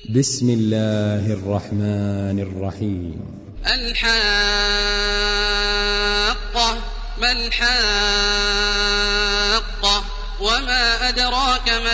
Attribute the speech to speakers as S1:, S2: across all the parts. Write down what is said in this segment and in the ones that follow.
S1: بسم الله الرحمن الرحيم.
S2: الحاقة. ما الحاقة؟ وما أدراك ما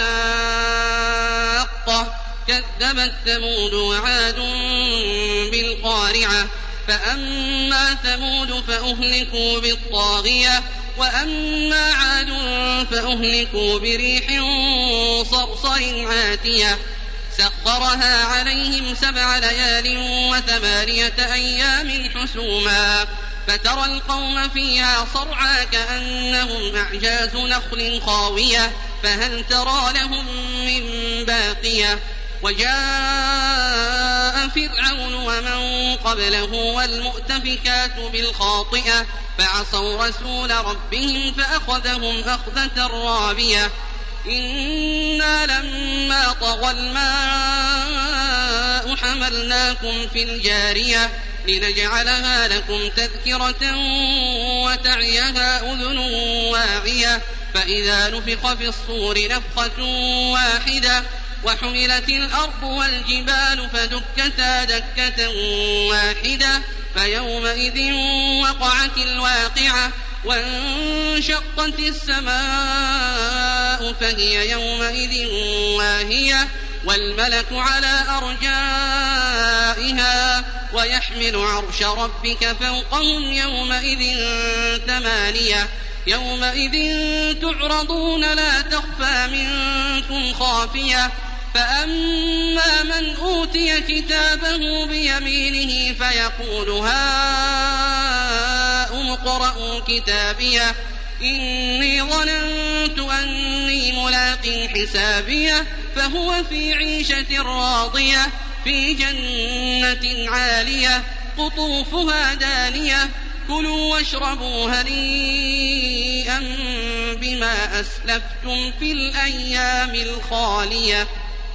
S2: الحاقة؟ كذبت ثمود وعاد بالقارعة. فأما ثمود فأهلكوا بالطاغية، وأما عاد فأهلكوا بريح صرصر عاتية سخرها عليهم 7 ليال و8 أيام حسوما، فترى القوم فيها صرعى كأنهم أعجاز نخل خاوية، فهل ترى لهم من باقية. وجاء فرعون ومن قبله والمؤتفكات بالخاطئة فعصوا رسول ربهم فأخذهم أخذة رابية. إنا لما طغى الماء حملناكم في الجارية لنجعلها لكم تذكرة وتعيها أذن واعية. فإذا نفخ في الصور نفخة واحدة وحملت الأرض والجبال فدكتا دكة واحدة فيومئذ وقعت الواقعة وانشقت السماء فهي يومئذ واهية والملك على أرجائها ويحمل عرش ربك فوقهم يومئذ 8. يومئذ تعرضون لا تخفى منكم خافية. فأما من أوتي كتابه بيمينه فيقول هاؤم اقرءوا كتابيه إني ظننت أني ملاق حسابيه فهو في عيشة راضية في جنة عالية قطوفها دانية كلوا واشربوا هنيئا بما أسلفتم في الأيام الخالية.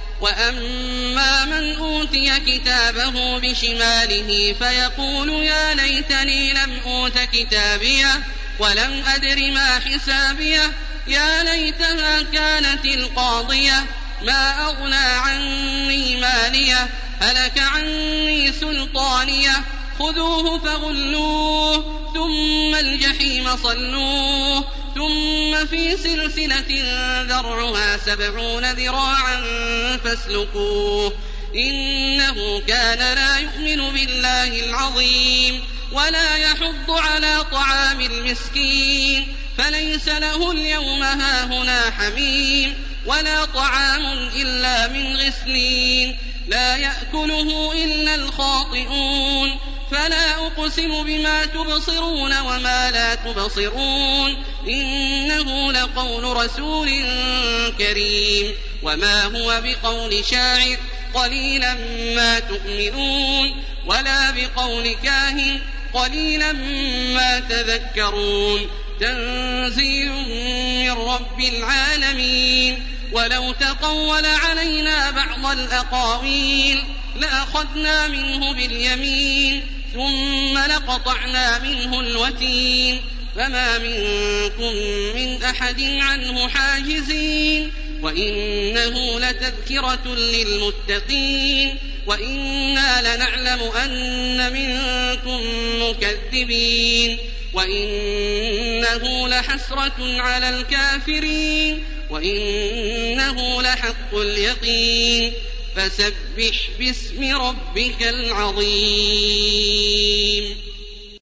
S2: وأما من أوتي كتابه بشماله فيقول يا ليتني لم أوت كتابيه ولم أدر ما حسابيه يا ليتها كانت القاضية ما أغنى عني ماليه هلك عني سلطانيه خذوه فغلوه ثم الجحيم صلوه ثم في سلسلة ذرعها 70 ذراعا فاسلكوه إنه كان لا يؤمن بالله العظيم ولا يحض على طعام المسكين فليس له اليوم هاهنا حميم ولا طعام إلا من غسلين لا يأكله إلا الخاطئون. فلا أقسم بما تبصرون وما لا تبصرون إنه لقول رسول كريم وما هو بقول شاعر قليلا ما تؤمنون ولا بقول كاهن قليلا ما تذكرون تنزيل من رب العالمين. ولو تقول علينا بعض الأقاويل لأخذنا منه باليمين ثم لقطعنا منه الوتين فما منكم من أحد عنه حاجزين. وإنه لتذكرة للمتقين وإنا لنعلم أن منكم مكذبين وإنه لحسرة على الكافرين وإنه لحق اليقين. فسبح باسم ربك العظيم.